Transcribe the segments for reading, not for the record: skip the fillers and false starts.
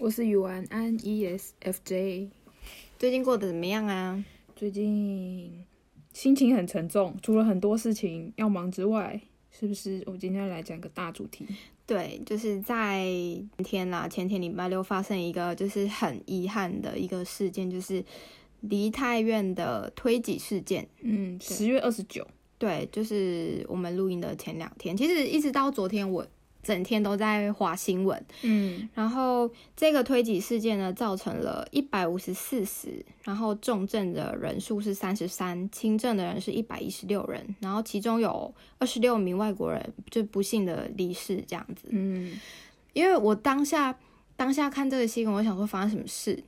我是宇安安 ESFJ。 最近过得怎么样啊？ 最近心情很沉重，除了很多事情要忙之外，是不是我今天来讲个大主题？ 对，就是在前天礼拜六发生一个就是很遗憾的一个事件，就是梨泰院的推挤事件。 10月29。 对，就是我们录音的前2天，其实一直到昨天我整天都在滑新闻。然后这个推挤事件呢，造成了154死，然后重症的人数是33，轻症的人是116人，然后其中有26名外国人就不幸的离世这样子。因为我当下看这个新闻，我想说发生什么事，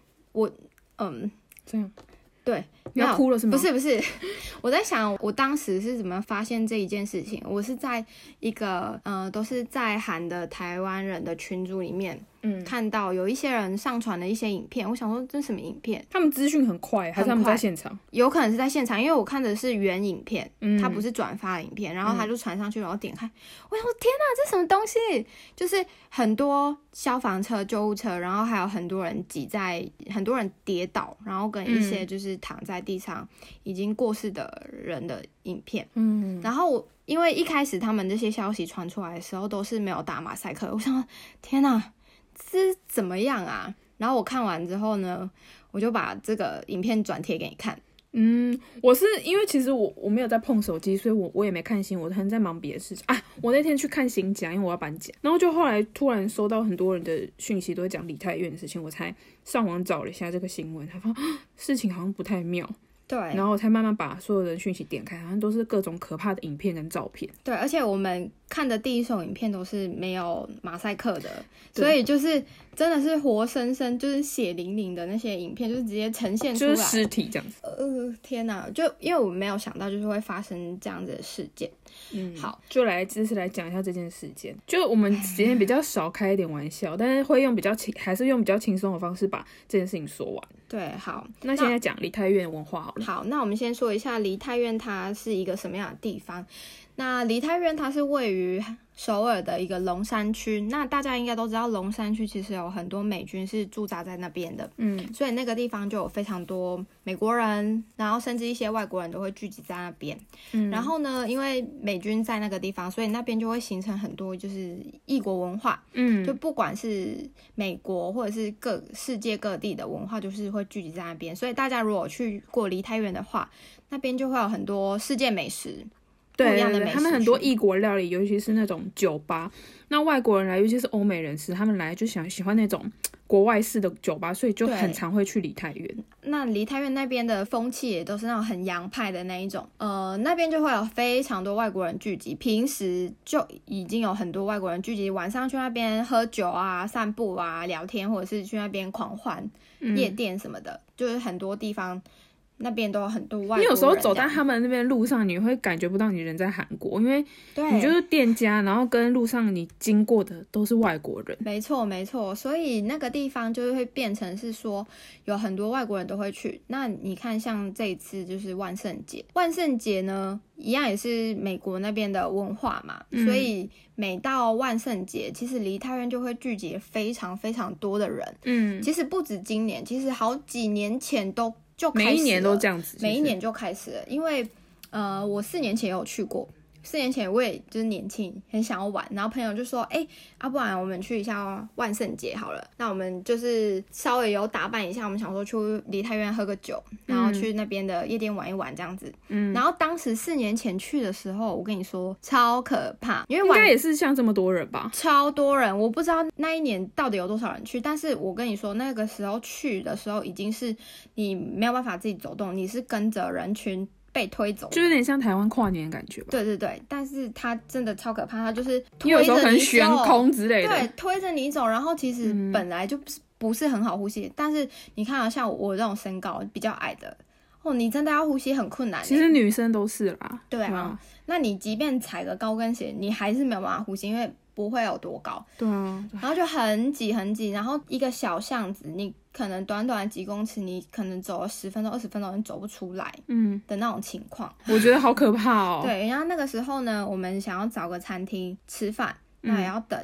这样对， 你要哭了是吗？ 不是，我在想我当时是怎么发现这一件事情。我是在一个都是在韩的台湾人的群组里面，看到有一些人上传了一些影片，我想说这是什么影片？ 他们资讯很快，还是他们在现场？ 有可能是在现场，因为我看的是原影片，它不是转发的影片，然后他就传上去，然后点开，我想说天哪，这什么东西？就是很多消防车、救护车，然后还有很多人很多人跌倒，然后跟一些就是躺在地上已经过世的人的影片。然后因为一开始他们这些消息传出来的时候都是没有打马赛克，我想说天哪，这怎么样啊？然后我看完之后呢，我就把这个影片转贴给你看。 我是因为其实我没有在碰手机，所以我也没看新闻，我可能在忙别的事情啊。我那天去看新家，因为我要搬家，然后就后来突然收到很多人的讯息，都会讲梨泰院的事情，我才上网找了一下这个新闻，才发现事情好像不太妙。对，然后我才慢慢把所有的讯息点开，好像都是各种可怕的影片跟照片。对， 而且我们看的第一手影片都是没有马赛克的，所以就是真的是活生生，就是血淋淋的那些影片，就是直接呈现出来， 就是尸体这样子。 天哪！就因为我没有想到就是会发生这样子的事件。好， 就这次来讲一下这件事件。就我们今天比较少开一点玩笑，但是会还是用比较轻松的方式把这件事情说完。 对，好， 那现在讲梨泰院文化好了。 好，那我们先说一下梨泰院它是一个什么样的地方。那梨泰院它是位于首尔的一个龙山区，那大家应该都知道龙山区其实有很多美军是驻扎在那边的，所以那个地方就有非常多美国人，然后甚至一些外国人都会聚集在那边。然后呢，因为美军在那个地方，所以那边就会形成很多就是异国文化，就不管是美国或者是世界各地的文化，就是会聚集在那边。所以大家如果去过梨泰院的话，那边就会有很多世界美食。 对，他们很多异国料理，尤其是那种酒吧，那外国人来，尤其是欧美人士，他们来就喜欢那种国外式的酒吧，所以就很常会去梨泰院。 那梨泰院那边的风气也都是那种很洋派的那一种，那边就会有非常多外国人聚集，平时就已经有很多外国人聚集，晚上去那边喝酒啊、散步啊、聊天，或者是去那边狂欢、夜店什么的，就是很多地方。那边都有很多外国人， 你有时候走在他们那边路上，你会感觉不到你人在韩国，因为你就是店家，然后跟路上你经过的都是外国人。 没错，所以那个地方就会变成是说有很多外国人都会去。那你看，像这一次就是万圣节呢，一样也是美国那边的文化嘛，所以每到万圣节，其实梨泰院就会聚集非常非常多的人。其实不止今年，其实好几年前就开始了， 每一年都这样子， 每一年就开始了。因为我4年前也有去过，4年前我也就是年轻，很想要玩，然后朋友就说，不然我们去一下万圣节好了。那我们就是稍微有打扮一下，我们想说去梨泰院喝个酒，然后去那边的夜店玩一玩这样子。然后当时4年前去的时候，我跟你说超可怕，因为应该也是像这么多人吧， 超多人。我不知道那一年到底有多少人去，但是我跟你说那个时候去的时候，已经是你没有办法自己走动，你是跟着人群被推走， 就有点像台湾跨年的感觉吧。 对，但是它真的超可怕，它就是推着你走， 你有时候可能悬空之类的， 对，推着你走，然后其实本来就不是很好呼吸，但是你看啊，像我这种身高比较矮的，你真的要呼吸很困难。 其实女生都是啦。 对啊，那你即便踩个高跟鞋，你还是没有办法呼吸，因为不会有多高。 对啊， 然后就很挤，然后一个小巷子，你可能短短的几公尺，你可能走了10分钟、20分钟，你走不出来的那种情况。 我觉得好可怕哦。 对，然后那个时候呢，我们想要找个餐厅吃饭，那也要等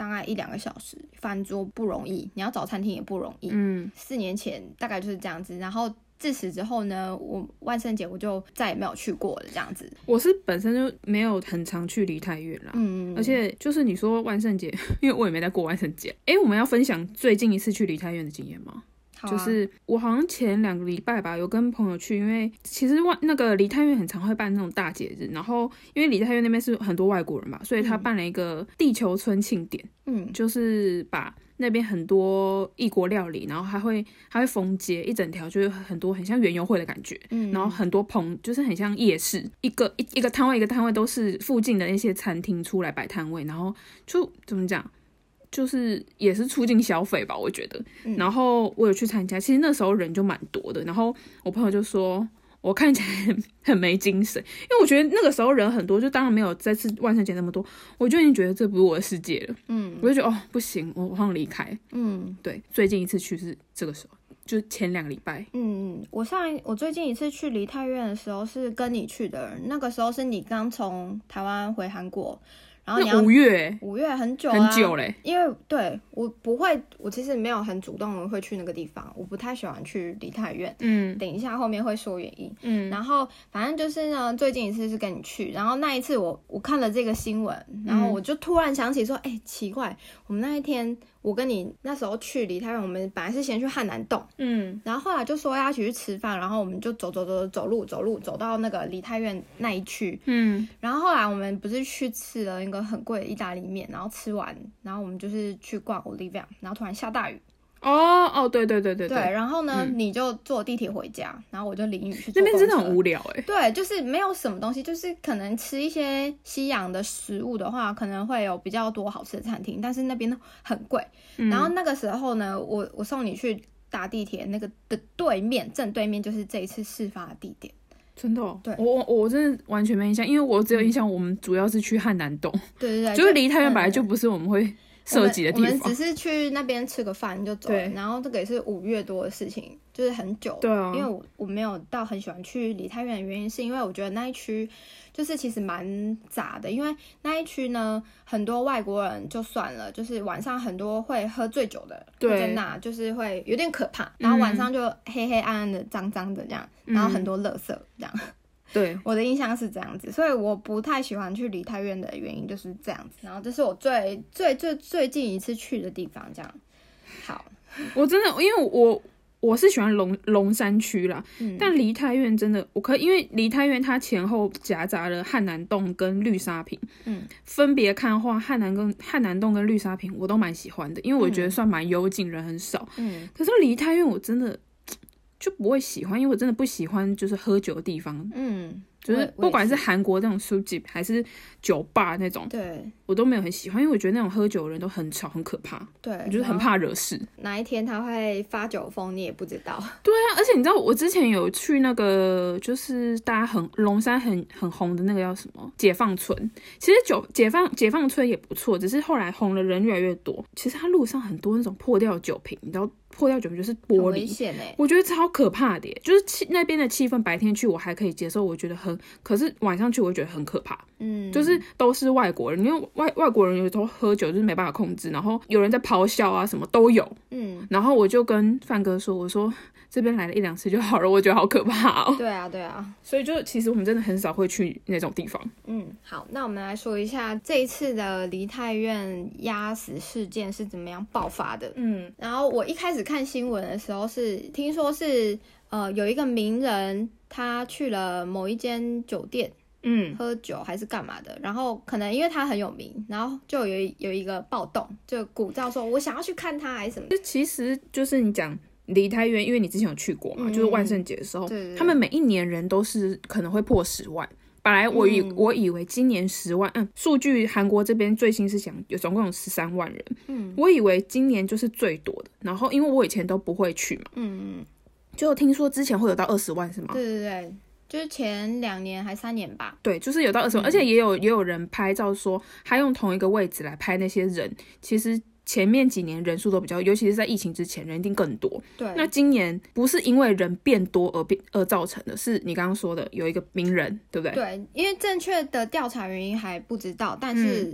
大概1-2个小时，翻桌不容易，你要找餐厅也不容易。4年前大概就是这样子，然后自此之后呢，我万圣节我就再也没有去过了这样子。 我是本身就没有很常去梨泰院啦，而且就是你说万圣节，因为我也没在过万圣节。我们要分享最近一次去梨泰院的经验吗？就是我好像前2个礼拜吧，有跟朋友去，因为其实那个梨泰院很常会办那种大节日，然后因为梨泰院那边是很多外国人嘛，所以他办了一个地球村庆典，就是把那边很多异国料理，然后还会封街一整条，就是很多很像园游会的感觉，然后很多棚，就是很像夜市，一个摊位一个摊位都是附近的那些餐厅出来摆摊位，然后就怎么讲，就是也是促进消费吧，我觉得。然后我有去参加，其实那时候人就蛮多的，然后我朋友就说我看起来很没精神，因为我觉得那个时候人很多，就当然没有这次万圣节那么多，我就已经觉得这不是我的世界了。我就觉得不行，我好想离开。对，最近一次去是这个时候，就是前2个礼拜。 我最近一次去梨泰院的时候是跟你去的，那个时候是你刚从台湾回韩国。然后你要 5月很久很久嘞， 因为对我不会，我其实没有很主动会去那个地方，我不太喜欢去梨泰院。等一下后面会说原因。然后反正就是呢，最近一次是跟你去，然后那一次我看了这个新闻，然后我就突然想起说，奇怪，我们那一天我跟你那时候去梨泰院，我们本来是先去汉南洞，然后后来就说要一起去吃饭，然后我们就走路走到那个梨泰院那一区，然后后来我们不是去吃了一个很贵的意大利面，然后吃完，然后我们就是去逛 Olivia， 然后突然下大雨。对，然后呢，你就坐地铁回家，然后我就淋雨去坐公车。 那边真的很无聊对，就是没有什么东西，就是可能吃一些西洋的食物的话，可能会有比较多好吃的餐厅，但是那边很贵。然后那个时候呢，我送你去搭地铁，那个的正对面就是这一次事发的地点。 真的对， 我真的完全没印象，因为我只有印象我们主要是去汉南洞。 对， 就是梨泰院本来就不是我们会设计的地方， 我们只是去那边吃个饭就走了。然后这个也是5月多的事情，就是很久。 对啊， 因为我没有到很喜欢去梨泰院的原因，是因为我觉得那一区就是其实蛮杂的，因为那一区呢很多外国人就算了，就是晚上很多会喝醉酒的，在那就是会有点可怕。然后晚上就黑黑暗暗的、脏脏的这样，然后很多垃圾这样。 对， 我的印象是这样子，所以我不太喜欢去梨泰院的原因就是这样子。然后这是我最近一次去的地方，这样。好， 我真的因为我是喜欢龙山区啦，但梨泰院真的因为梨泰院它前后夹杂了汉南洞跟绿沙坪，分别看的话，汉南洞跟绿沙坪我都蛮喜欢的，因为我觉得算蛮幽静，人很少。可是梨泰院我真的就不会喜欢，因为我真的不喜欢就是喝酒的地方，就是不管是韩国那种书记还是酒吧那种， 对， 我都没有很喜欢，因为我觉得那种喝酒的人都很吵很可怕， 对， 我就是很怕惹事。 哪一天他会发酒疯你也不知道。 对啊，而且你知道我之前有去那个就是大家龙山很红的那个叫什么解放村，其实解放村也不错，只是后来红的人越来越多，其实它路上很多那种破掉的酒瓶，你知道破掉酒瓶就是玻璃， 危险我觉得超可怕的耶。就是那边的气氛白天去我还可以接受，我觉得可是晚上去我觉得很可怕。就是都是外国人，因为外国人有时候喝酒就是没办法控制，然后有人在咆哮啊什么都有。然后我就跟范哥说，我说这边来了1-2次就好了，我觉得好可怕哦。 对啊， 所以就其实我们真的很少会去那种地方。 好，那我们来说一下这一次的梨泰院压死事件是怎么样爆发的。然后我一开始看新闻的时候是听说是有一个名人他去了某一间酒店喝酒还是干嘛的，然后可能因为他很有名，然后就有一个暴动，就鼓噪说我想要去看他还是什么的。 其实就是你讲梨泰院，因为你之前有去过嘛，就是万圣节的时候，对，他们每一年人都是可能会破10万。本来我以为今年10万，数据韩国这边最新是讲总共有13万人，我以为今年就是最多的。然后因为我以前都不会去嘛，就听说之前会有到20万是吗？ 对，就是前2年还3年吧。 对，就是有到20万，而且也有人拍照说他用同一个位置来拍那些人，其实前面几年人数都比较，尤其是在疫情之前人一定更多。 对， 那今年不是因为人变多而造成的，是你刚刚说的有一个名人，对不对？ 对，因为正确的调查原因还不知道，但是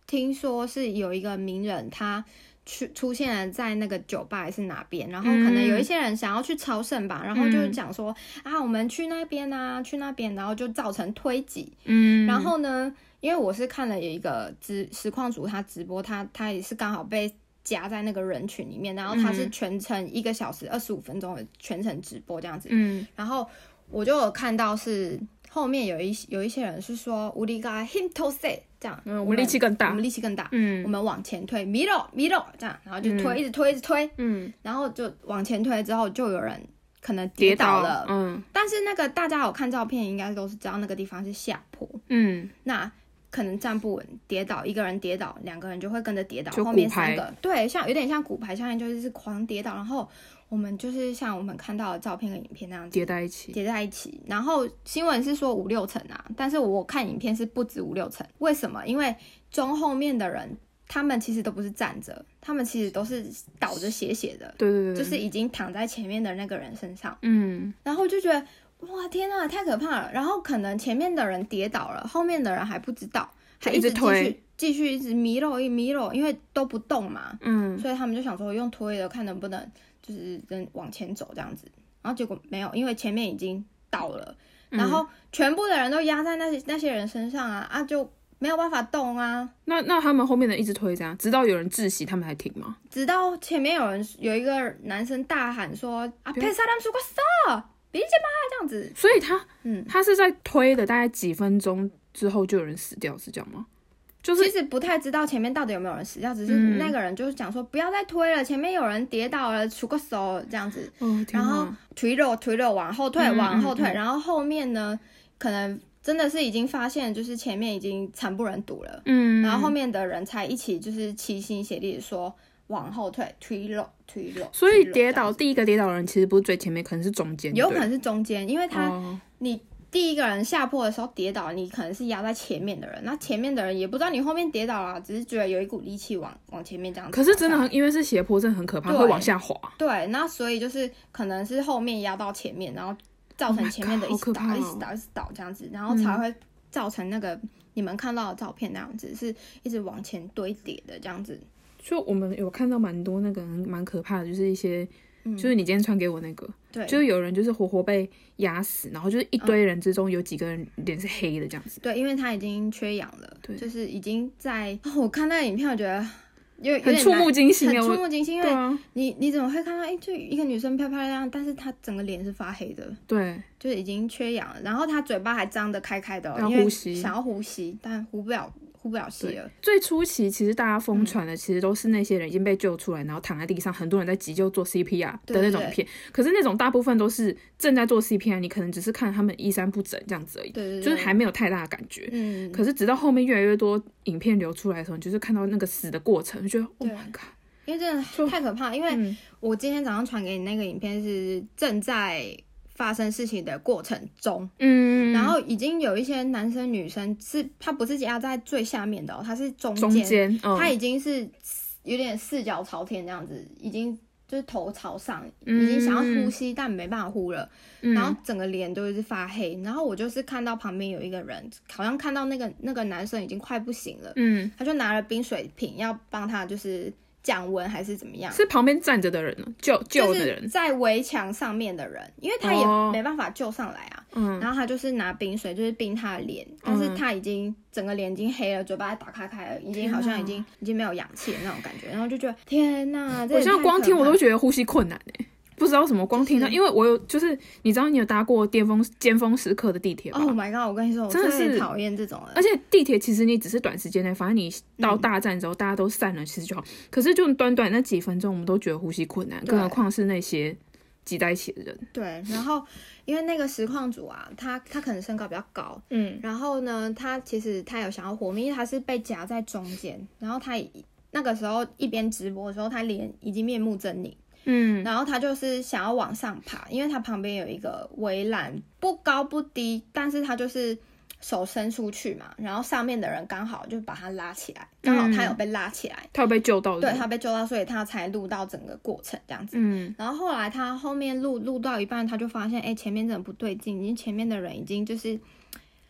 听说是有一个名人他出现了在那个酒吧还是哪边，然后可能有一些人想要去朝圣吧，然后就讲说我们去那边啊，去那边，然后就造成推挤。然后呢，因为我是看了有一个实况主他直播，他也是刚好被夹在那个人群里面，然后他是全程1个小时25分钟的全程直播这样子。然后我就有看到是后面有一些人是说우리가 힘더这样， 我们力气更大， 我们往前推밀어这样，然后就推，一直推，然后就往前推之后，就有人可能跌倒了，但是那个大家有看照片，应该都是知道那个地方是下坡，那可能站不稳跌倒，一个人跌倒，2个人就会跟着跌倒，后面3个，对，有点像骨牌效应，就是狂跌倒，然后我们就是像我们看到的照片跟影片那样子叠在一起， 然后新闻是说5-6层啊，但是我看影片是不止5-6层，为什么？因为中后面的人他们其实都不是站着，他们其实都是倒着斜的， 对， 就是已经躺在前面的那个人身上，然后就觉得哇天啊，太可怕了，然后可能前面的人跌倒了，后面的人还不知道，还一直继续一直迷路，因为都不动嘛，所以他们就想说用推的看能不能就是往前走这样子，然后结果没有，因为前面已经倒了，然后全部的人都压在那些人身上啊，就没有办法动啊。 那他们后面的一直推这样，直到有人窒息，他们才停吗？ 直到前面有一个男生大喊说앞에 사람 죽었어，别进吧这样子。 所以他是在推的大概几分钟之后就有人死掉，是这样吗？就是其实不太知道前面到底有没有人死掉，只是那个人就是讲说不要再推了，前面有人跌倒了，出个手这样子，然后推了往后退，然后后面呢可能真的是已经发现就是前面已经惨不忍睹了，然后后面的人才一起就是齐心协力说往后退，推了。 所以第一个跌倒的人其实不是最前面，可能是中间， 有可能是中间，因为你第一个人下坡的时候跌倒，你可能是压在前面的人，那前面的人也不知道你后面跌倒了，只是觉得有一股力气往前面这样子。 可是真的因为是斜坡，真的很可怕，会往下滑。 对，那所以就是可能是后面压到前面，然后造成前面的一直倒、一直倒这样子，然后才会造成那个你们看到的照片那样子，是一直往前堆叠的这样子。 就我们有看到蛮多那个蛮可怕的，就是一些。就是你今天传给我那个， 对， 就是有人就是活活被压死，然后就是一堆人之中有几个人脸是黑的这样子。 对，因为他已经缺氧了，对，就是已经在。我看那个影片，我觉得很触目惊心， 很触目惊心，因为你怎么会看到就一个女生漂漂亮亮，但是她整个脸是发黑的， 对， 就是已经缺氧了，然后她嘴巴还张得开开的，想要呼吸，但呼不了气了。 最初期其实大家疯传的其实都是那些人已经被救出来，然后躺在地上，很多人在急救做 CPR 的那种片，可是那种大部分都是正在做 CPR， 你可能只是看他们衣衫不整这样子而已， 对， 就是还没有太大的感觉。可是直到后面越来越多影片流出来的时候，你就是看到那个死的过程，就觉得 Oh my god， 因为真的太可怕。因为我今天早上传给你那个影片是正在发生事情的过程中，然后已经有一些男生女生他不是压在最下面的他是中间，他已经是有点四脚朝天这样子，已经就是头朝上，已经想要呼吸但没办法呼了，然后整个脸都是发黑，然后我就是看到旁边有一个人，好像看到那个男生已经快不行了，他就拿了冰水瓶要帮他就是降温还是怎么样？ 是旁边站着的人救的人， 就是在围墙上面的人，因为他也没办法救上来啊。然后他就是拿冰水，就是冰他的脸，但是他已经整个脸已经黑了，嘴巴打开了，已经好像已经没有氧气的那种感觉，然后就觉得天哪！ 我现在光听我都觉得呼吸困难欸。不知道什么光听到，因为我有就是你知道你有搭过尖峰时刻的地铁吗？ Oh my god！ 我跟你说，我真的是讨厌这种的。 而且地铁其实你只是短时间内，反正你到大站之后大家都散了，其实就好。可是就短短那几分钟，我们都觉得呼吸困难，更何况是那些挤在一起的人。 对，然后因为那个实况主啊，他可能身高比较高，然后呢，他其实他有想要活命，因为他是被夹在中间，然后他那个时候一边直播的时候，他脸已经面目狰狞。然后他就是想要往上爬，因为他旁边有一个围栏，不高不低，但是他就是手伸出去嘛，然后上面的人刚好就把他拉起来，刚好他有被拉起来， 他有被救到， 对，他被救到，所以他才录到整个过程这样子。然后后来他后面录到一半，他就发现前面真的不对劲，因为前面的人已经就是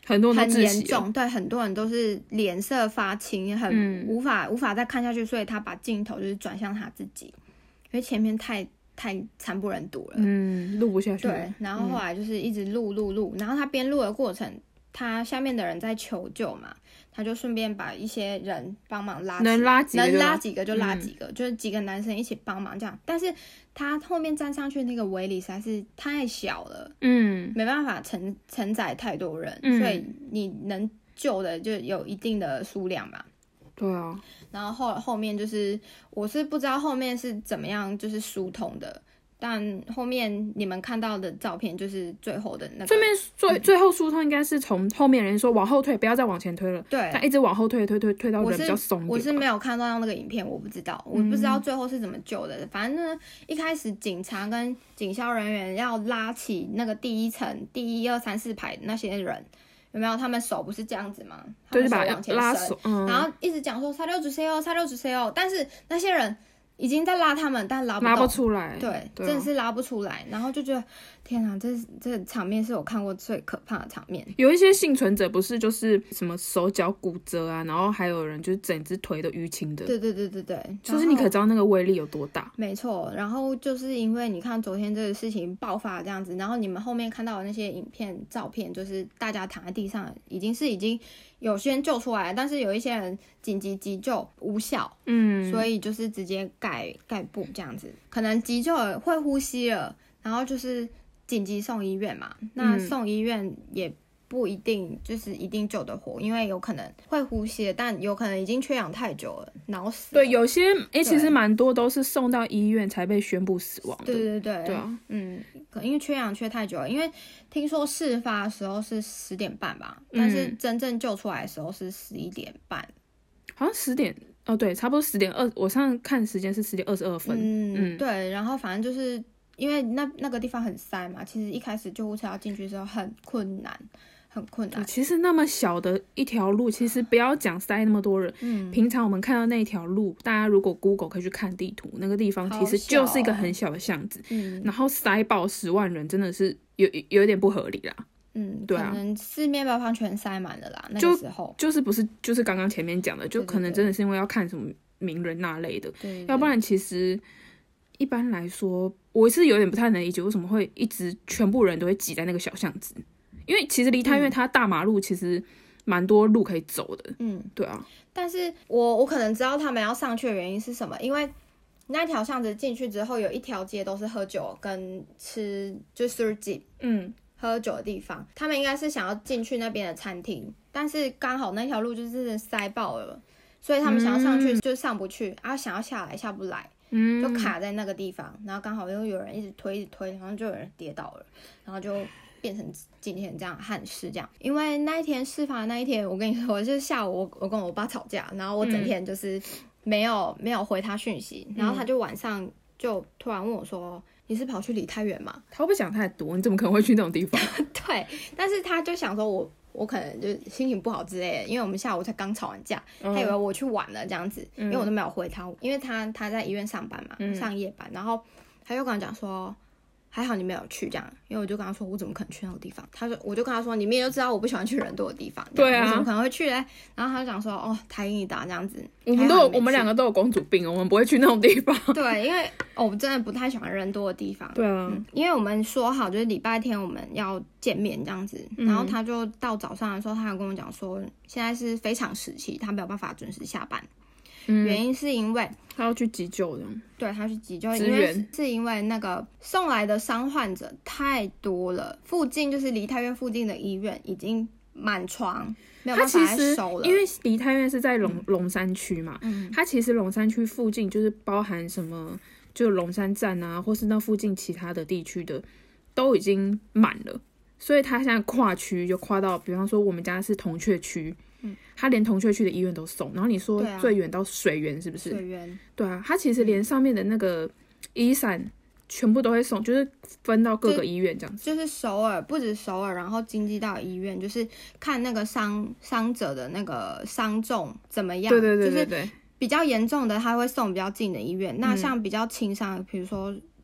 很多人很都窒息了， 严重，对，很多人都是脸色发青，很无法再看下去，所以他把镜头就是转向他自己，因为前面太惨不忍睹了， 录不下去了。 对，然后后来就是一直录，然后他边录的过程，他下面的人在求救嘛，他就顺便把一些人帮忙拉起来， 能拉几个就拉几个，就是几个男生一起帮忙这样。但是他后面站上去那个围篱实在是太小了，没办法承载太多人，所以你能救的就有一定的数量嘛。 对啊， 然后后面就是我是不知道后面是怎么样就是疏通的。但后面你们看到的照片就是最后的那个， 最后疏通应该是从后面人说往后退，不要再往前推了。 对， 他一直往后退到人比较松一点。 我是没有看到那个影片，我不知道最后是怎么救的。反正呢，一开始警察跟警消人员要拉起那个第一层第1、2、3、4排那些人，有没有？他们手不是这样子吗？ 对，把往前拉手， 然后一直讲说사려주세요， 사려주세요，但是那些人已经在拉他们，但拉不出来， 对，真的是拉不出来，然后就觉得天啊，这场面是我看过最可怕的场面。 有一些幸存者不是就是什么手脚骨折啊，然后还有人就是整只腿都淤青的。 对， 就是你可知道那个威力有多大？ 没错，然后就是因为你看昨天这个事情爆发这样子，然后你们后面看到的那些影片照片，就是大家躺在地上，已经有些人救出来，但是有一些人紧急急救无效，所以就是直接盖布这样子，可能急救了会呼吸了，然后就是紧急送医院嘛，那送医院也不一定就是一定救得活，因为有可能会呼吸，但有可能已经缺氧太久了，脑死了。 对，有些其实蛮多都是送到医院才被宣布死亡的。 对啊，因为缺氧缺太久了，因为听说事发的时候是10点半吧，但是真正救出来的时候是11点半， 好像10点哦，对，差不多10点2，我上次看时间是10点22分。 对，然后反正就是因为那个地方很塞嘛，其实一开始救护车要进去的时候很困难。 其实那么小的一条路，其实不要讲塞那么多人，平常我们看到那条路，大家如果 Google 可以去看地图，那个地方其实就是一个很小的巷子，然后塞爆10万人，真的是有点不合理啦。对啊， 可能四面八方全塞满了啦。那个时候就是刚刚前面讲的，就可能真的是因为要看什么名人那类的，要不然其实一般来说，我是有点不太能理解为什么会一直全部人都会挤在那个小巷子。因为其实梨泰院它大马路其实蛮多路可以走的，对啊。 但是我可能知道他们要上去的原因是什么，因为那条巷子进去之后，有一条街都是喝酒跟吃就술집，喝酒的地方。他们应该是想要进去那边的餐厅，但是刚好那条路就是塞爆了，所以他们想要上去就上不去，想要下来下不来。就卡在那个地方，然后刚好又有人一直推，然后就有人跌倒了，然后就变成今天这样憾事这样。因为那一天事发的那一天，我跟你说，就是下午我跟我爸吵架，然后我整天就是没有回他讯息，然后他就晚上就突然问我说：“你是跑去梨泰院吗？” 他会不会想太多？你怎么可能会去那种地方？ 对，但是他就想说我可能就心情不好之类的，因为我们下午才刚吵完架，他以为我去玩了这样子，因为我都没有回他，因为他在医院上班嘛，上夜班，然后他就跟我讲说，还好你没有去这样，因为我就跟他说我怎么可能去那个地方，我就跟他说你明明就知道我不喜欢去人多的地方， 对啊， 我怎么可能会去嘞？然后他就讲说台英达这样子， 我们两个都有公主病，我们不会去那种地方。 对，因为我真的不太喜欢人多的地方。 对啊， 因为我们说好就是礼拜天我们要见面这样子，然后他就到早上的时候，他有跟我讲说现在是非常时期，他没有办法准时下班。原因是因为他要去急救的， 对，他去急救，因为那个送来的伤患者太多了，附近就是梨泰院附近的医院已经满床，没有办法再收了。 因为梨泰院是在龙山区嘛，它其实龙山区附近就是包含什么，就龙山站啊，或是那附近其他的地区的都已经满了，所以他现在跨区就跨到，比方说我们家是铜雀区。他连铜雀区的医院都送，然后你说最远到水源是不是？ 水源， 对啊，他其实连上面的那个雨伞全部都会送，就是分到各个医院这样子。 就是首尔，不止首尔，然后京畿道医院，就是看那个伤者的那个伤重怎么样。 对， 就是比较严重的，他会送比较近的医院。那像比较轻伤，比如说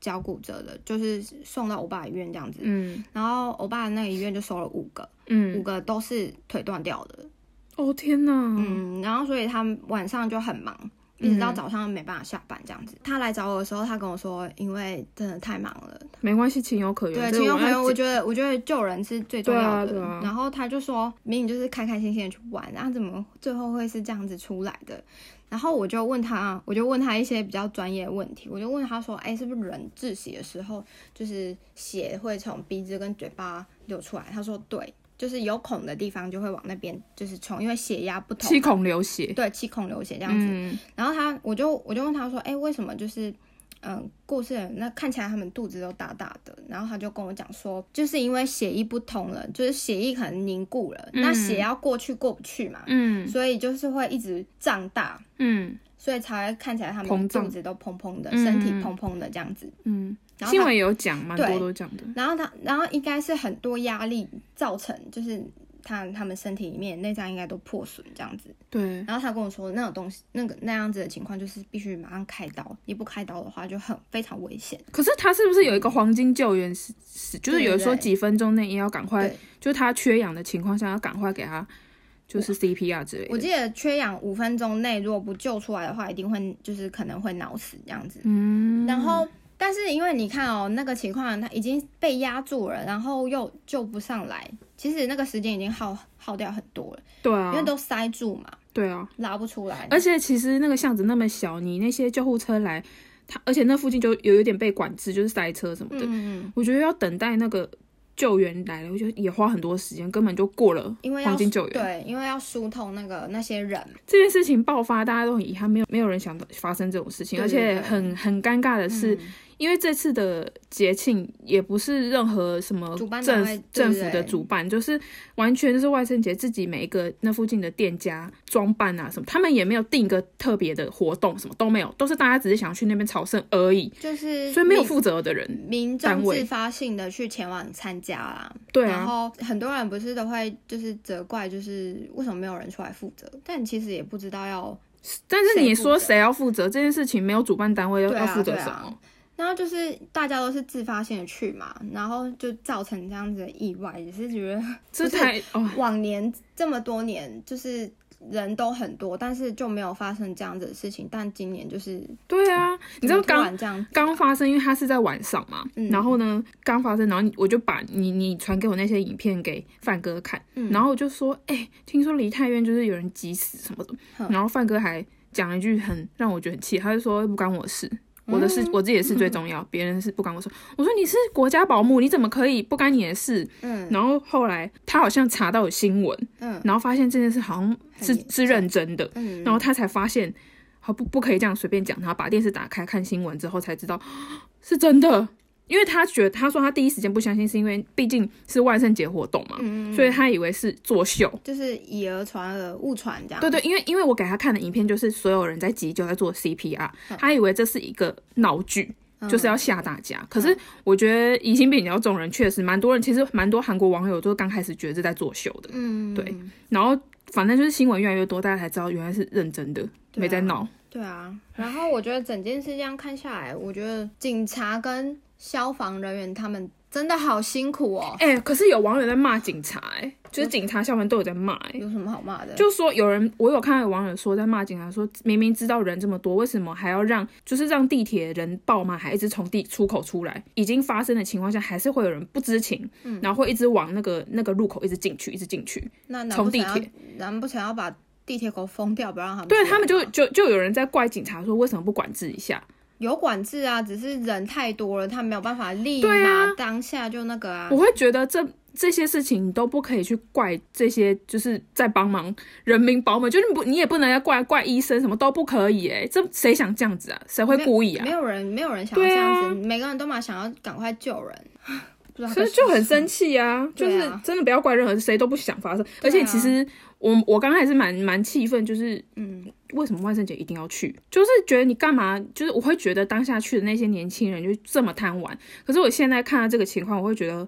脚骨折的，就是送到欧巴医院这样子。然后欧巴的那个医院就收了5个，5个都是腿断掉的。 哦天哪！ 然后所以他们晚上就很忙。一直到早上没办法下班这样子。他来找我的时候，他跟我说，因为真的太忙了。 没关系，情有可原。 对，情有可原。我觉得救人是最重要的。 对啊。 然后他就说，明明就是开开心心的去玩，然后怎么最后会是这样子出来的？然后我就问他一些比较专业的问题。我就问他说，是不是人窒息的时候，就是血会从鼻子跟嘴巴流出来？他说对。就是有孔的地方就会往那边就是冲，因为血压不同， 七孔流血， 对，七孔流血这样子。然后我就问他说，为什么就是过世的人那看起来他们肚子都大大的？然后他就跟我讲说，就是因为血液不通了，就是血液可能凝固了，那血要过去过不去嘛，所以就是会一直胀大，所以才会看起来他们肚子都蓬蓬的，身体蓬蓬的这样子， 新闻也有讲，蛮多都讲的。 然后应该是很多压力造成，就是他们身体里面内脏应该都破损这样子。 对。 然后他跟我说，那种东西，那样子的情况，就是必须马上开刀，你不开刀的话就非常危险。 可是他是不是有一个黄金救援就是有说几分钟内也要赶快，就是他缺氧的情况下要赶快给他就是 CPR 之类的。 我记得缺氧5分钟内如果不救出来的话，一定会就是可能会脑死这样子。然后。但是因为你看那个情况他已经被压住了，然后又救不上来，其实那个时间已经耗掉很多了。 对啊， 因为都塞住嘛。 对啊， 拉不出来。 而且其实那个巷子那么小，你那些救护车来，而且那附近就有一点被管制，就是塞车什么的。我觉得要等待那个救援来了，我觉得也花很多时间，根本就过了黄金救援。 对，因为要疏通那些人。 这件事情爆发，大家都很遗憾，没有人想到发生这种事情。 对对对， 而且很尴尬的是。因为这次的节庆也不是任何什么政府的主办，就是完全就是万圣节自己每一个那附近的店家装扮啊什么，他们也没有定一个特别的活动，什么都没有，都是大家只是想去那边朝圣而已， 就是所以没有负责的人， 民众自发性的去前往参加啦。 对啊， 然后很多人不是都会就是责怪，就是为什么没有人出来负责，但其实也不知道要。 但是你说谁要负责这件事情，没有主办单位要负责什么？ 然后就是大家都是自发性的去嘛，然后就造成这样子的意外，也是觉得这太往年这么多年就是人都很多，但是就没有发生这样子的事情，但今年就是对啊，你知道刚发生，因为它是在晚上嘛，然后呢刚发生，然后我就把你传给我那些影片给范哥看，然后我就说听说梨泰院就是有人急死什么的，然后范哥还讲了一句很让我觉得很气，他就说不干我事。我的事，我自己的事最重要，别人的事不干我事。我说你是国家保姆，你怎么可以不干你的事？然后后来他好像查到有新闻，然后发现这件事好像是认真的，然后他才发现，好不可以这样随便讲。然后把电视打开看新闻之后才知道是真的。因为他说他第一时间不相信，是因为毕竟是万圣节活动嘛，所以他以为是作秀， 就是以讹传讹，误传这样。 对对，因为我给他看的影片就是所有人在急救在做 CPR，他以为这是一个闹剧，就是要吓大家。可是我觉得疑心病比较重人，确实蛮多人，其实蛮多韩国网友都刚开始觉得是在作秀的，对。然后反正就是新闻越来越多，大家才知道原来是认真的，没在闹。 对啊，然后我觉得整件事这样看下来，我觉得警察跟消防人员他们真的好辛苦哦。 可是有网友在骂警察，就是警察消防都有在骂， 有什么好骂的？ 就是说我有看到有网友说在骂警察，说明明知道人这么多，为什么还要让地铁人爆满，还一直从出口出来？已经发生的情况下，还是会有人不知情，然后会一直往那个入口一直进去。 那从地铁， 难不成要把地铁口封掉，不让他们？ 对，他们就有人在怪警察说为什么不管制一下？ 有管制啊，只是人太多了，他没有办法立马当下就那个啊。 我会觉得这些事情你都不可以去怪这些就是在帮忙人民保姆，就是你也不能要怪医生，什么都不可以这谁想这样子啊？谁会故意啊？ 没有人想要这样子，每个人都嘛想要赶快救人。 所以就很生气啊，就是真的不要怪任何谁都不想发生。而且其实我刚开始蛮气愤，就是为什么万圣节一定要去？就是觉得你干嘛？就是我会觉得当下去的那些年轻人就这么贪玩。可是我现在看到这个情况，我会觉得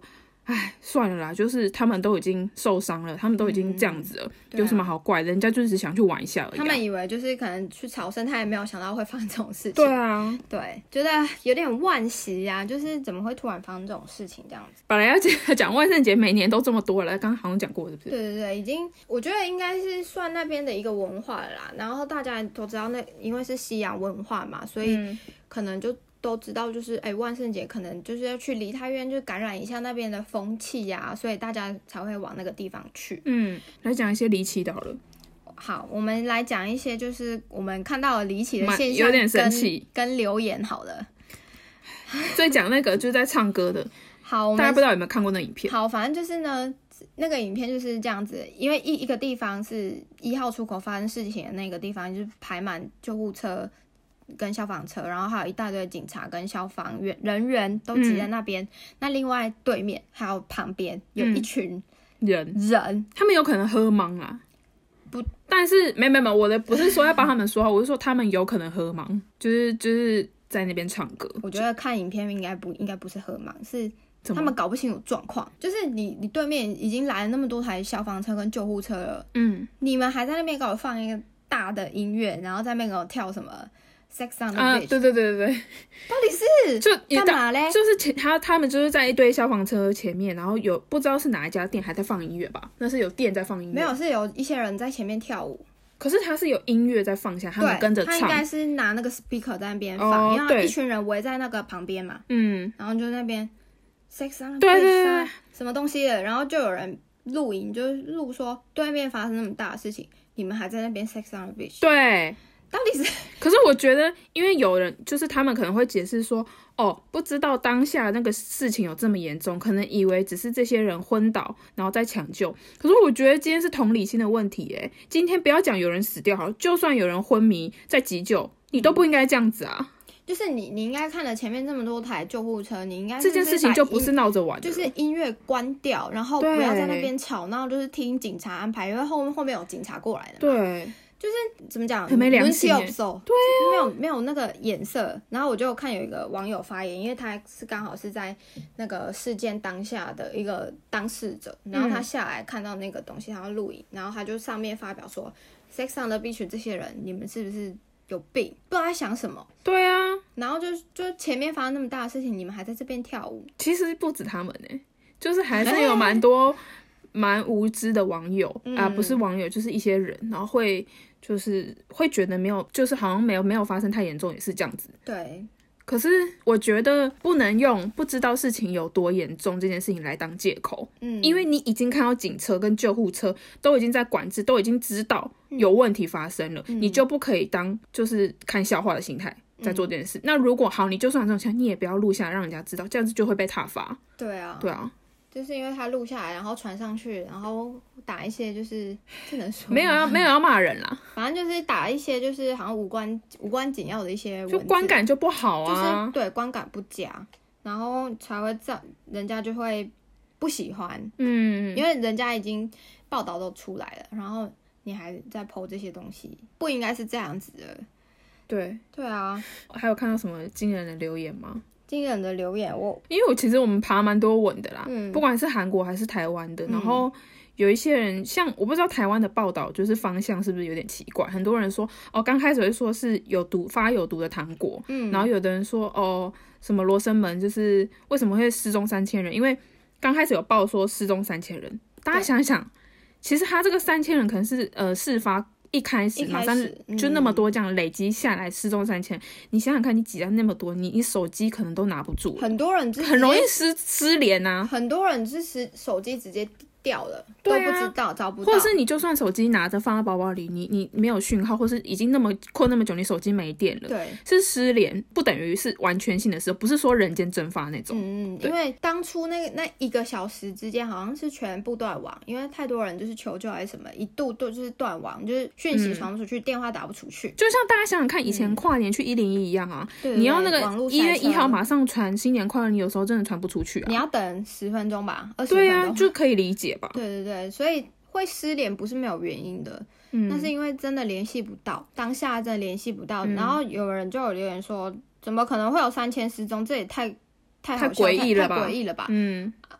算了啦，就是他们都已经受伤了，他们都已经这样子了，有什么好怪的？人家就只是想去玩一下而已。 他们以为就是可能去朝圣，他也没有想到会发生这种事情。 对啊， 对，觉得有点惋惜啊，就是怎么会突然发生这种事情这样子？ 本来要讲万圣节每年都这么多了，刚刚好像讲过是不是？ 对对对，已经我觉得应该是算那边的一个文化了啦。然后大家都知道因为是西洋文化嘛，所以可能就都知道，就是万圣节可能就是要去梨泰院，就感染一下那边的风气呀，所以大家才会往那个地方去。 来讲一些离奇的好了。 好，我们来讲一些就是我们看到的离奇的现象， 有点生气跟留言好了。 再讲那个就是在唱歌的， 好， 大家不知道有没有看过那影片？ 好，反正就是呢，那个影片就是这样子，因为一个地方是1号出口发生事情的那个地方，就是排满救护车跟消防车，然后还有一大堆警察跟消防人员都挤在那边。那另外对面还有旁边有一群人， 他们有可能喝懵啊。不，但是没，我的不是说要帮他们说话，我是说他们有可能喝懵，就是在那边唱歌。 我觉得看影片应该不是喝懵，是他们搞不清楚状况。就是你对面已经来了那么多台消防车跟救护车了，你们还在那边给我放一个大的音乐，然后在那边给我跳什么Sex on the Beach， 对， 到底是就干嘛嘞？ 就是他们就是在一堆消防车前面，然后有不知道是哪一家店还在放音乐吧？那是有店在放音乐， 没有，是有一些人在前面跳舞。 可是他是有音乐在放下，他们跟着唱。 他应该是拿那个 speaker 在那边放，因为一群人围在那个旁边嘛，然后就那边 Sex on the Beach 啊，什么东西的，然后就有人录影，就是录说对面发生那么大的事情，你们还在那边 Sex on the Beach， 对。 到底是？ 可是我觉得，因为有人就是他们可能会解释说，不知道当下那个事情有这么严重，可能以为只是这些人昏倒，然后再抢救。可是我觉得今天是同理心的问题，今天不要讲有人死掉好了，就算有人昏迷在急救，你都不应该这样子啊。 就是你应该看了前面这么多台救护车，你应该这件事情就不是闹着玩的， 就是音乐关掉，然后不要在那边吵闹，就是听警察安排，因为后面有警察过来的。 对。 就是怎么讲， 很没良心对啊，没有那个眼色。然后我就看有一个网友发言，因为他是刚好是在那个事件当下的一个当事者，然后他下来看到那个东西，他要录影，然后他就上面发表说 ，Sex on the Beach 这些人，你们是不是有病？不知道在想什么。 对啊， 然后就前面发生那么大的事情，你们还在这边跳舞。 其实不止他们就是还是有蛮多蛮无知的网友不是网友，就是一些人，然后会觉得没有，就是好像没有发生太严重，也是这样子。 对。 可是我觉得不能用不知道事情有多严重这件事情来当借口，因为你已经看到警车跟救护车都已经在管制，都已经知道有问题发生了，你就不可以当就是看笑话的心态在做这件事。那如果好，你就算有这种情况，你也不要录下来让人家知道，这样子就会被挞伐。 对啊。就是因为他录下来，然后传上去，然后打一些就是不能说没有要骂人啦， 反正就是打一些就是好像无关紧要的一些文字， 就观感就不好啊， 就是对观感不佳，然后才会这样，人家就会不喜欢，因为人家已经报道都出来了，然后你还在 po 这些东西，不应该是这样子的。对啊， 还有看到什么惊人的留言吗？ 惊人的留言， 因为其实我们爬蛮多文的啦，不管是韩国还是台湾的，然后有一些人像我不知道台湾的报道就是方向是不是有点奇怪，很多人说刚开始会说是发有毒的糖果，然后有的人说什么罗生门就是为什么会失踪3000人，因为刚开始有报说失踪3000人，大家想想，其实他这个3000人可能是事发一开始马上就那么多这样累积下来失踪3000，你想想看，你挤到那么多，你手机可能都拿不住了， 很多人很容易失联啊， 很多人是手机直接掉了，都不知道找不到， 或者是你就算手机拿着放在包包里，你没有讯号，或是已经困那么久，你手机没电了， 对， 是失联，不等于是完全性的失，不是说人间蒸发那种。 因为当初那1个小时之间好像是全部断网，因为太多人就是求救还是什么，一度就是断网，就是讯息传不出去，电话打不出去。就像大家想想看，以前跨年去101一样啊，你要那个1月1号马上传新年快乐，你有时候真的传不出去啊， 你要等10分钟吧，20分钟。 对啊，就可以理解。 对，所以会失联不是没有原因的，那是因为真的联系不到，当下真的联系不到，然后有人就有留言说，怎么可能会有3000失踪？这也太诡异了吧？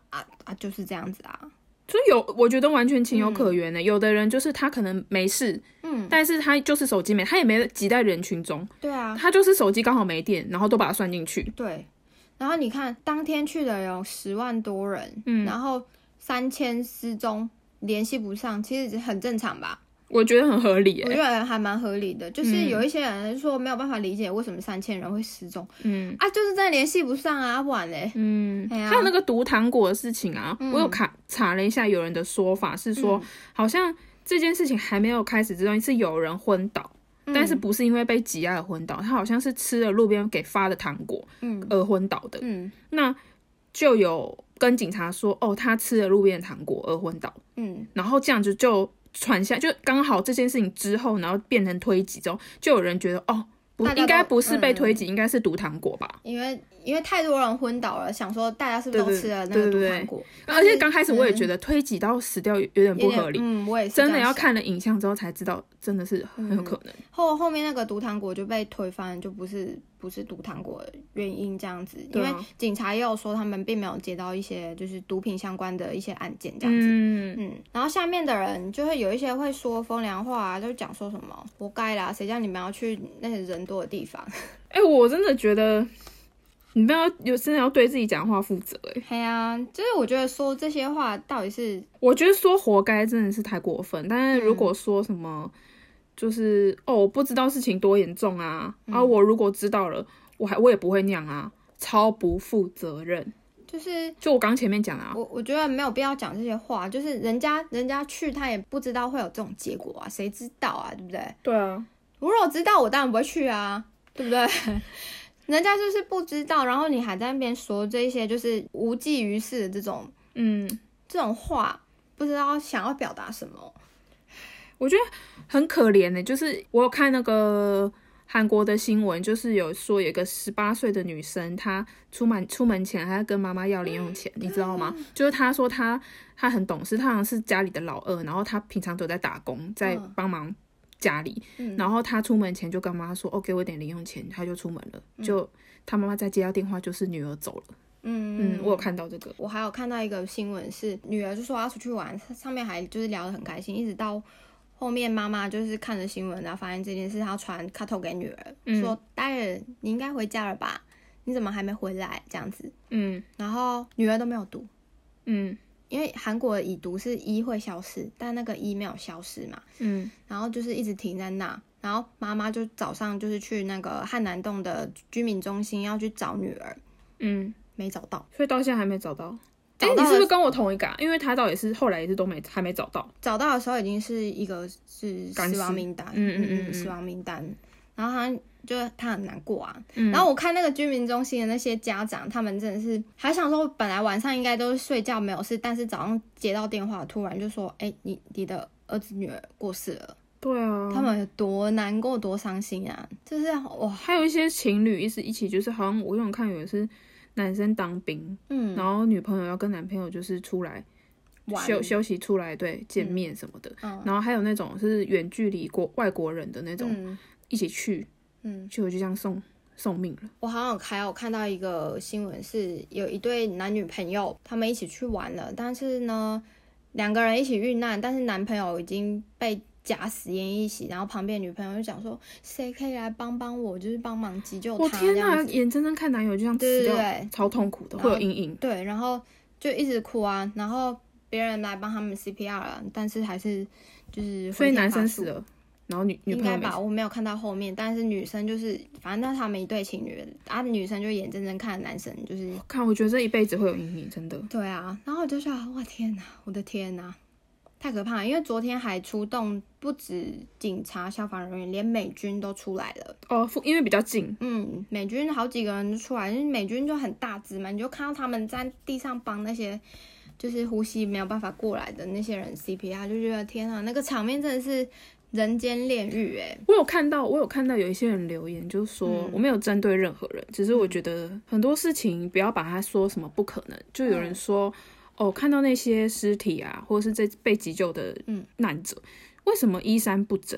就是这样子啊。 所以我觉得完全情有可原的。有的人就是他可能没事，但是他就是手机没，他也没挤在人群中， 对啊， 他就是手机刚好没电，然后都把它算进去。 对，然后你看当天去的有10万多人，然后3000失踪，联系不上，其实很正常吧？ 我觉得很合理我觉得还蛮合理的，就是有一些人说没有办法理解为什么3000人会失踪，就是真的联系不上啊，不然嘞， 还有那个毒糖果的事情啊，我有查了一下，有人的说法是说，好像这件事情还没有开始之前是有人昏倒，但是不是因为被挤压而昏倒，他好像是吃了路边给发的糖果而昏倒的，那就有跟警察说，他吃了路边的糖果而昏倒，然后这样子就传下，就刚好这件事情之后，然后变成推挤之后，就有人觉得应该不是被推挤，应该是毒糖果吧？ 因为太多人昏倒了，想说大家是不是都吃了那个毒糖果？ 而且刚开始我也觉得推挤到死掉有点不合理， 我也是真的要看了影像之后才知道，真的是很有可能。 后面那个毒糖果就被推翻，就不是毒糖果的原因这样子，因为警察也有说他们并没有接到一些就是毒品相关的一些案件这样子，然后下面的人就会有一些会说风凉话就讲说什么活该啦，谁叫你们要去那些人多的地方？ 我真的觉得你们真的要对自己讲话负责对啊，就是我觉得说这些话到底是， 我觉得说活该真的是太过分，但是如果说什么就是我不知道事情多严重啊，我如果知道了我也不会那样啊，超不负责任。就我刚前面讲啊， 我觉得没有必要讲这些话，就是人家去他也不知道会有这种结果啊，谁知道啊，对不对？ 对啊， 我如果知道我当然不会去啊，对不对？人家就是不知道，然后你还在那边说这些就是无济于事的这种话，不知道想要表达什么。 我觉得很可怜就是我有看那个韩国的新闻，就是有说有一个18岁的女生，她出门前还要跟妈妈要零用钱，你知道吗？就是她说她很懂事，她好像是家里的老二，然后她平常都在打工，在帮忙家里，然后她出门前就跟妈妈说给我一点零用钱，她就出门了，就她妈妈再接到电话就是女儿走了。我有看到这个。我还有看到一个新闻是女儿就说要出去玩，上面还就是聊得很开心，一直到后面妈妈就是看了新闻，然后发现这件事，她传卡头给女儿，说大人你应该回家了吧，你怎么还没回来这样子。然后女儿都没有读，因为韩国的已读是会消失，但那个没有消失嘛，然后就是一直停在那，然后妈妈就早上就是去那个汉南洞的居民中心要去找女儿，没找到，所以到现在还没找到。你是不是跟我同一个因为他到底是后来也是还没找到，找到的时候已经是一个是死亡名单，死亡名单，然后他很难过啊，然后我看那个居民中心的那些家长，他们真的是还想说本来晚上应该都是睡觉没有事，但是早上接到电话突然就说你的儿子女儿过世了。对啊，他们有多难过多伤心啊，就是哇，还有一些情侣一起就是好像我有看有的是男生当兵，然后女朋友要跟男朋友就是出来休息出来，对，见面什么的，然后还有那种是远距离外国人的那种，一起去，就这样送命了。我好像还有看到一个新闻是有一对男女朋友他们一起去玩了，但是呢2个人一起遇难，但是男朋友已经被假死奄一息，然后旁边女朋友就讲说谁可以来帮我，就是帮忙急救他。我天哪，眼睁睁看男友就这样死掉，对，超痛苦的，会有阴影。对，然后就一直哭啊，然后别人来帮他们 CPR 了，但是还是就是所以男生死了，然后女朋友应该吧，我没有看到后面，但是女生就是反正他们一对情侣女生就眼睁睁看男生就是看，我觉得这一辈子会有阴影，真的。对啊，然后我就说哇天哪，我的天哪，太可怕了，因为昨天还出动不止警察消防人员，连美军都出来了因为比较近，美军好几个人就出来，因为美军就很大只嘛，你就看到他们在地上帮那些就是呼吸没有办法过来的那些人 CPR， 就觉得天啊，那个场面真的是人间炼狱我有看到有一些人留言就是说，我没有针对任何人，只是我觉得很多事情不要把它说什么不可能，就有人说看到那些尸体啊，或者是被急救的难者，为什么衣衫不整？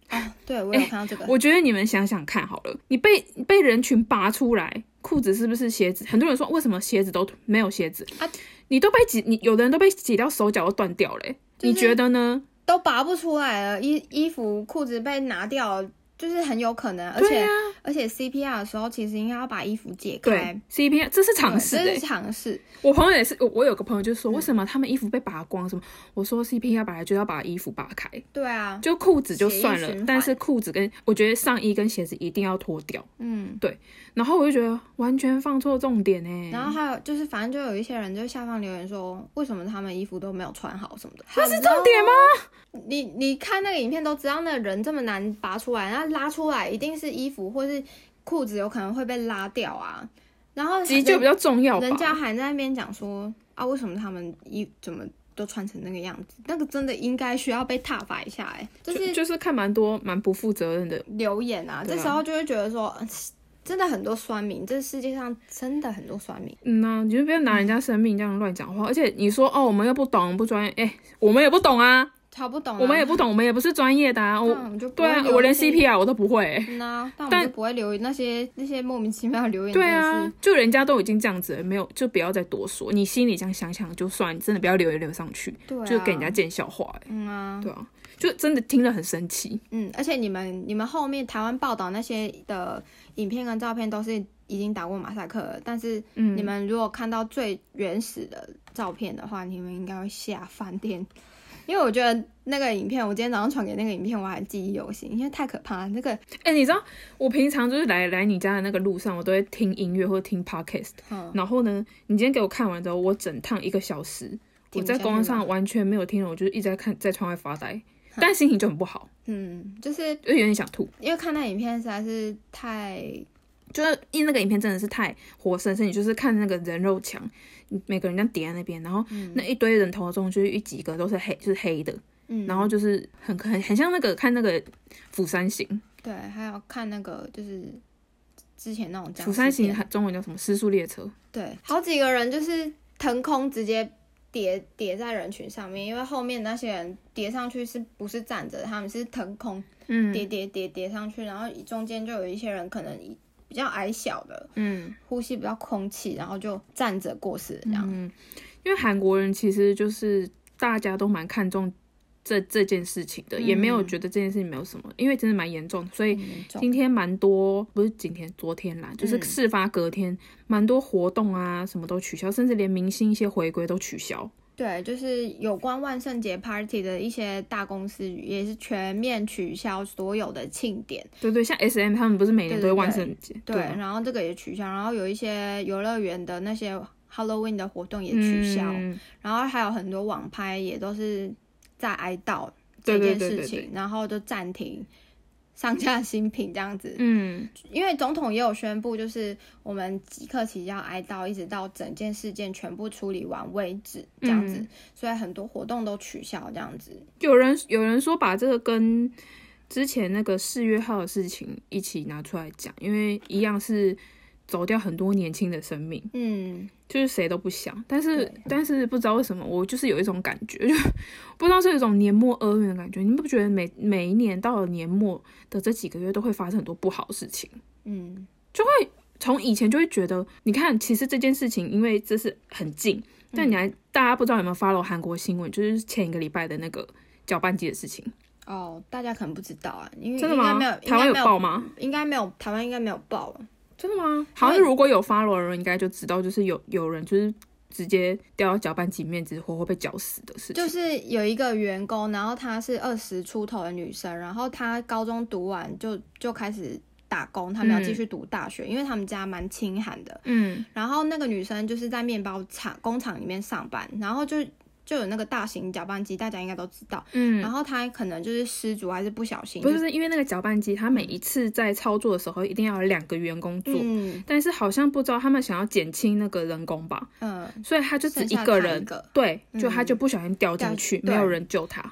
对，我有看到这个。 我觉得你们想想看好了，你被人群拔出来，裤子是不是鞋子？很多人说为什么鞋子都没有鞋子啊？你有的人都被挤到手脚都断掉了，你觉得呢？ 都拔不出来了，衣服裤子被拿掉了，就是很有可能，而且 CPR 的时候其实应该要把衣服解开。 对 CPR 这是常识， 这是常识。 我朋友也是，我有个朋友就说，为什么他们衣服被拔光什么？我说 CPR 本来就要把衣服拔开。 对啊， 就裤子就算了，但是裤子跟我觉得上衣跟鞋子一定要脱掉。对。然后我就觉得完全放错重点然后还有就是，反正就有一些人就下方留言说，为什么他们衣服都没有穿好什么的？ 这是重点吗？ 你看那个影片都知道，那个人这么难拔出来，然后拉出来一定是衣服或是裤子有可能会被拉掉啊。然后急救比较重要吧， 人家还在那边讲说啊，为什么他们怎么都穿成那个样子？那个真的应该需要被挞伐一下就是看蛮不负责任的留言啊。这时候就会觉得说，真的很多酸民，这世界上真的很多酸民。 你就不要拿人家生命这样乱讲话。而且你说我们又不懂不专业，我们也不懂啊。 超不懂我们也不懂，我们也不是专业的啊。对啊，我连 CPR 我都不会。 但我们就不会留那些莫名其妙的留言。 对啊，就人家都已经这样子了，没有就不要再多说。你心里这样想想就算，真的不要留上去，就给人家见笑话。对啊，就真的听了很生气。 而且你们后面台湾报道那些的影片跟照片都是已经打过马赛克了，但是你们如果看到最原始的照片的话，你们应该会吓翻天。因为我觉得那个影片，我今天早上传给那个影片，我还记忆犹新，因为太可怕了。那个， 你知道我平常就是来你家的那个路上，我都会听音乐或者听 podcast。然后呢，你今天给我看完之后，我整趟1个小时，我在公路上完全没有听了，我就是一直在窗外发呆，但心情就很不好。 就是有点想吐， 因为看那影片实在是太。 就是因为那个影片真的是太活生生，你就是看那个人肉墙，每个人这样叠在那边，然后那一堆人头中就是几个都是黑的，然后就是很像那个看那个釜山行， 对，还有看那个就是之前那种釜山行中文叫什么失速列车， 对，好几个人就是腾空直接叠在人群上面，因为后面那些人叠上去是不是站着，他们是腾空叠上去，然后中间就有一些人可能比较矮小的，呼吸比较空气，然后就站着过世这样。 因为韩国人其实就是大家都蛮看重这件事情的，也没有觉得这件事情没有什么，因为真的蛮严重的，所以今天蛮多，不是昨天啦，就是事发隔天蛮多活动啊，什么都取消，甚至连明星一些回归都取消。 对，就是有关万圣节 party 的一些大公司也是全面取消所有的庆典。 对，像 SM 他们不是每年都是万圣节， 对，然后这个也取消，然后有一些游乐园的那些 Halloween 的活动也取消，然后还有很多网拍也都是在哀悼这件事情，然后就暂停上架新品这样子。因为总统也有宣布，就是我们即刻起要哀悼，一直到整件事件全部处理完为止这样子，所以很多活动都取消这样子。 有人说把这个跟之前那个4月号的事情一起拿出来讲，因为一样是走掉很多年轻的生命，就是谁都不想，但是不知道为什么，我就是有一种感觉，就不知道是有一种年末厄运的感觉。你们不觉得每一年到了年末的这几个月都会发生很多不好的事情？就会从以前就会觉得，你看，其实这件事情因为这是很近，但大家不知道有没有 follow 韩国新闻，就是前1个礼拜的那个搅拌机的事情。 大家可能不知道啊，因为真的吗？台湾有报吗？ 应该没有，台湾应该没有报了。 真的吗？好像是如果有 follow 的人应该就知道，就是有人就是直接掉到搅拌机里面，直活被搅死的事情。 就是有一个员工，然后她是20出头的女生，然后她高中读完就开始打工，她没有继续读大学，因为他们家蛮清寒的。然后那个女生就是在面包工厂里面上班，然后就有那个大型搅拌机，大家应该都知道。然后他可能就是失足还是不小心， 不是因为那个搅拌机，他每一次在操作的时候一定要有2个员工做，但是好像不知道他们想要减轻那个人工吧，所以他就只一个人，对，就他就不小心掉进去，没有人救他，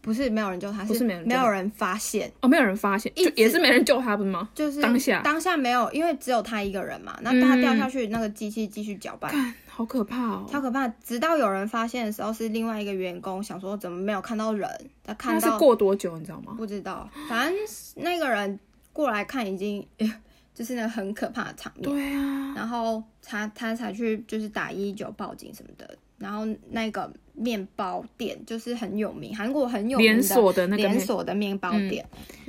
不是没有人救他， 不是没有人救他没有人发现哦，没有人发现，就也是没人救他，不是吗？ 就是当下没有，因为只有他一个人嘛，那他掉下去，那个机器继续搅拌， 好可怕哦， 超可怕。直到有人发现的时候，是另外一个员工想说怎么没有看到人，他看到那是过多久你知道吗？ 不知道，反正那个人过来看已经就是那个很可怕的场面。 对啊， 然后他才去就是打119报警什么的。然后那个面包店就是很有名，韩国很有名的连锁的面包店，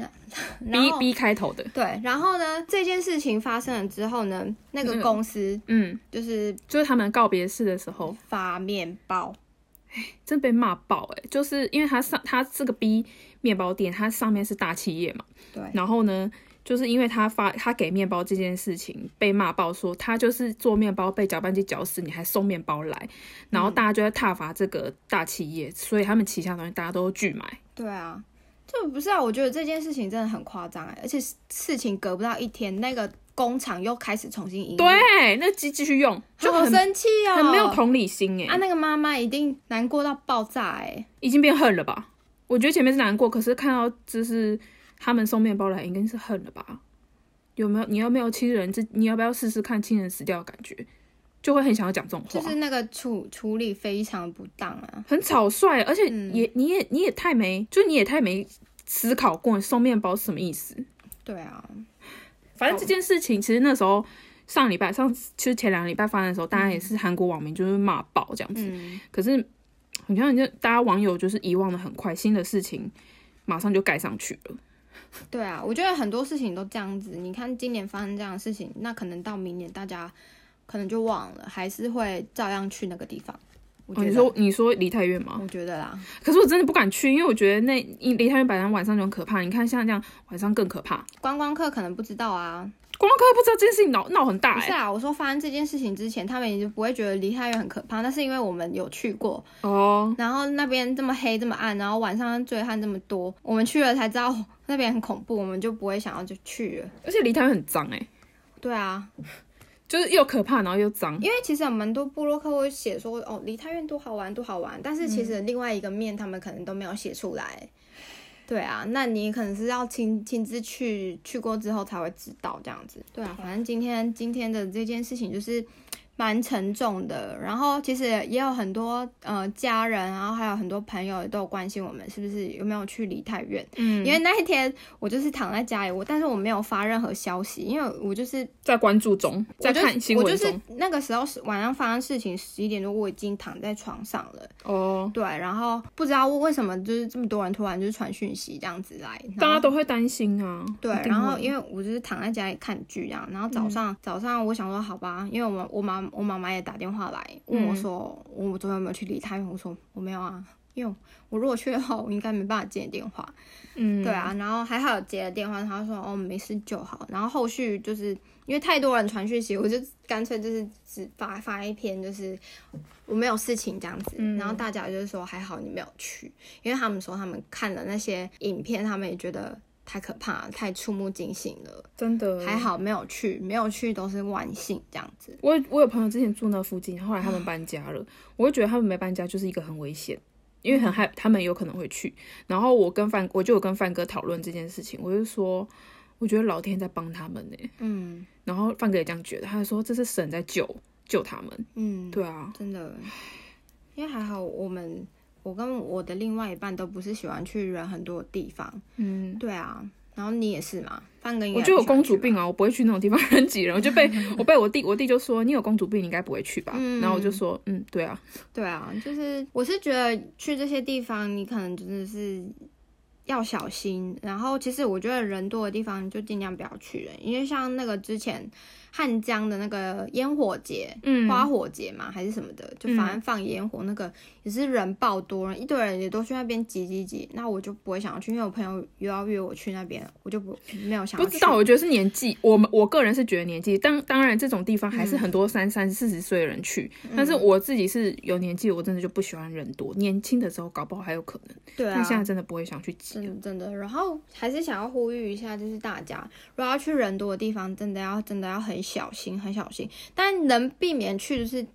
B 开头的。 对，然后呢，这件事情发生了之后呢，那个公司就是他们告别式的时候发面包， 真被骂爆就是因为他这个 B 面包店，它上面是大企业嘛， 对， 然后呢。就是因为他给面包这件事情被骂爆，说他就是做面包被搅拌机搅死，你还送面包来，然后大家就在挞伐这个大企业，所以他们旗下的东西大家都拒买。 对啊，这不是啊，我觉得这件事情真的很夸张而且事情隔不到一天，那个工厂又开始重新营业， 对，那机继续用，就好生气哦， 很没有同理心那个妈妈一定难过到爆炸已经变恨了吧？我觉得前面是难过，可是看到就是他们送面包来，应该是恨了吧？有没有？你有没有亲人？你要不要试试看亲人死掉的感觉？就会很想要讲这种话。 就是那个处理非常不当啊， 很草率，而且你也太没，就你也太没思考过送面包是什么意思。对啊， 反正这件事情其实那时候其实前2个礼拜发生的时候，大家也是韩国网民就是骂爆这样子。可是你看，大家网友就是遗忘的很快，新的事情马上就盖上去了。 对啊，我觉得很多事情都这样子。你看今年发生这样的事情，那可能到明年大家可能就忘了，还是会照样去那个地方。 你说梨泰院吗？ 我觉得啦， 可是我真的不敢去，因为我觉得梨泰院本来晚上就很可怕，你看像这样晚上更可怕。 观光客可能不知道啊， 观光客不知道这件事情闹很大。 不是啊，我说发生这件事情之前，他们也就不会觉得梨泰院很可怕，那是因为我们有去过哦。然后那边这么黑这么暗，然后晚上醉汉这么多，我们去了才知道那边很恐怖，我们就不会想要就去了。 而且梨泰院很脏对啊。 就是又可怕然后又脏， 因为其实有蛮多部落客会写说哦梨泰院多好玩多好玩，但是其实另外一个面他们可能都没有写出来。对啊，那你可能是要亲自去过之后才会知道这样子。对啊，反正今天的这件事情就是蛮沉重的，然后其实也有很多家人，然后还有很多朋友都有关心我们是不是有没有去梨泰院。因为那一天我就是躺在家里，但是我没有发任何消息，因为我就是在关注中，在看新闻中。 我就是那个时候晚上发生事情11点多，我已经躺在床上了。哦，对，然后不知道为什么就是这么多人突然就是传讯息这样子来， 大家都会担心啊。 对，然后因为我就是躺在家里看剧这样，然后早上我想说好吧，因为我妈妈也打电话来问我说，我昨天有没有去梨泰院？我说我没有啊，因为我如果去的话，我应该没办法接电话。对啊，然后还好有接了电话，他说哦没事就好。然后后续就是因为太多人传讯息，我就干脆就是只发一篇，就是我没有事情这样子。然后大家就是说还好你没有去，因为他们说他们看了那些影片，他们也觉得太可怕，太触目惊心了，真的。还好没有去都是万幸这样子。 我有朋友之前住那附近，后来他们搬家了，我会觉得他们没搬家就是一个很危险，因为很害他们有可能会去。然后我就有跟范哥讨论这件事情，我就说我觉得老天在帮他们然后范哥也这样觉得，他就说这是神在救他们。对啊， 真的。因为还好我跟我的另外一半都不是喜欢去人很多的地方。对啊，然后你也是嘛？范哥应该我就有公主病啊，我不会去那种地方人挤人。我就被我弟就说你有公主病，你应该不会去吧？然后我就说对啊， 对啊，就是我是觉得去这些地方，你可能真的是要小心。然后其实我觉得人多的地方就尽量不要去了，因为像那个之前汉江的那个烟火节，花火节嘛还是什么的，就反正放烟火那个也是人爆多，人一堆人也都去那边挤，那我就不会想要去，因为我朋友又要约我去那边，我就没有想要去。 不知道，我觉得是年纪，我个人是觉得年纪，当然这种地方还是很多30-40岁的人去，但是我自己是有年纪，我真的就不喜欢人多，年轻的时候搞不好还有可能，对啊，但现在真的不会想去挤， 真的。然后还是想要呼吁一下，就是大家如果要去人多的地方，真的要很小心，但能避免去就是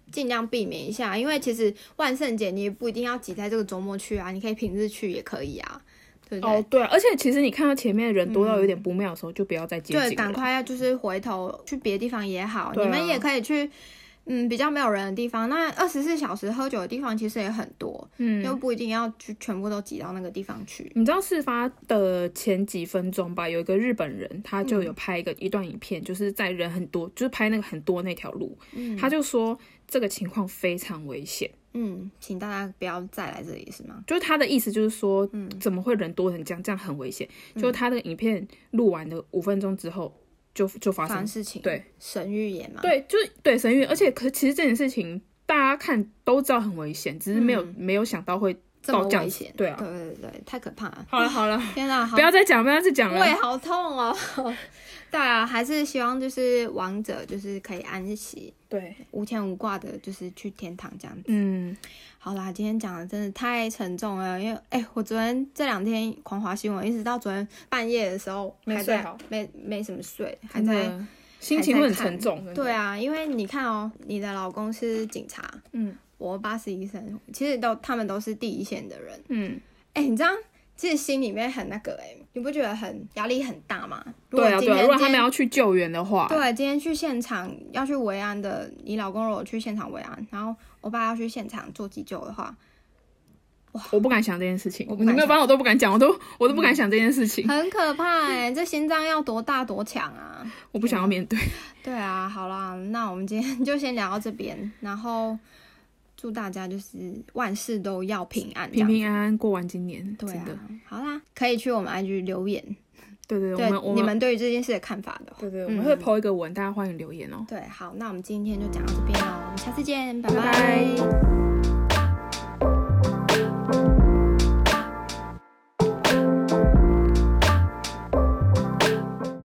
尽量避免一下，因为其实万圣节你也不一定要挤在这个周末去啊，你可以平日去也可以啊，对不对？ 对啊，而且其实你看到前面的人多到有点不妙的时候，就不要再接近了。 对，赶快要就是回头去别的地方也好， 对啊， 你们也可以去比较没有人的地方。那24小时喝酒的地方其实也很多，又不一定要去全部都挤到那个地方去。 你知道事发的前几分钟吧，有一个日本人他就有拍一段影片，就是在人很多，就是拍那个很多那条路，他就说这个情况非常危险。 请大家不要再来这里是吗？ 就是他的意思就是说，怎么会人多成这样，这样很危险。就他的影片录完的5分钟之后，就发生事情， 对， 神预言嘛， 对，就是对神预言，而且其实这件事情大家看都知道很危险，只是没有想到会这么危险， 对啊， 对，太可怕了。 好了， 天哪， 不要再讲了， 胃好痛哦。对啊，还是希望就是亡者就是可以安息， 对， 无牵无挂的，就是去天堂这样子。好啦，今天讲的真的太沉重了，因为我昨天这2天狂滑新闻，一直到昨天半夜的时候没睡好， 没什么睡，还在心情会很沉重。 对啊，因为你看哦，你的老公是警察，我巴士医生，其实他们都是第一线的人，你这样其实心里面很那个你不觉得很压力很大吗？ 对啊，如果他们要去救援的话， 对，今天去现场要去维安的，你老公如果去现场维安，然后我爸要去现场做急救的话，哇， 我不敢想这件事情，你没有办法，我都不敢讲，我都不敢想这件事情， 很可怕这心脏要多大多强啊！ 我不想要面对。 对啊，好啦，那我们今天就先聊到这边，然后祝大家就是万事都要平安， 平平安安过完今年。 对啊，好啦，可以去我们 IG 留言。 对， 你们对于这件事的看法的。 对，我们会 po 一个文，大家欢迎留言哦。 对，好，那我们今天就讲到这边了，我们下次见，拜拜。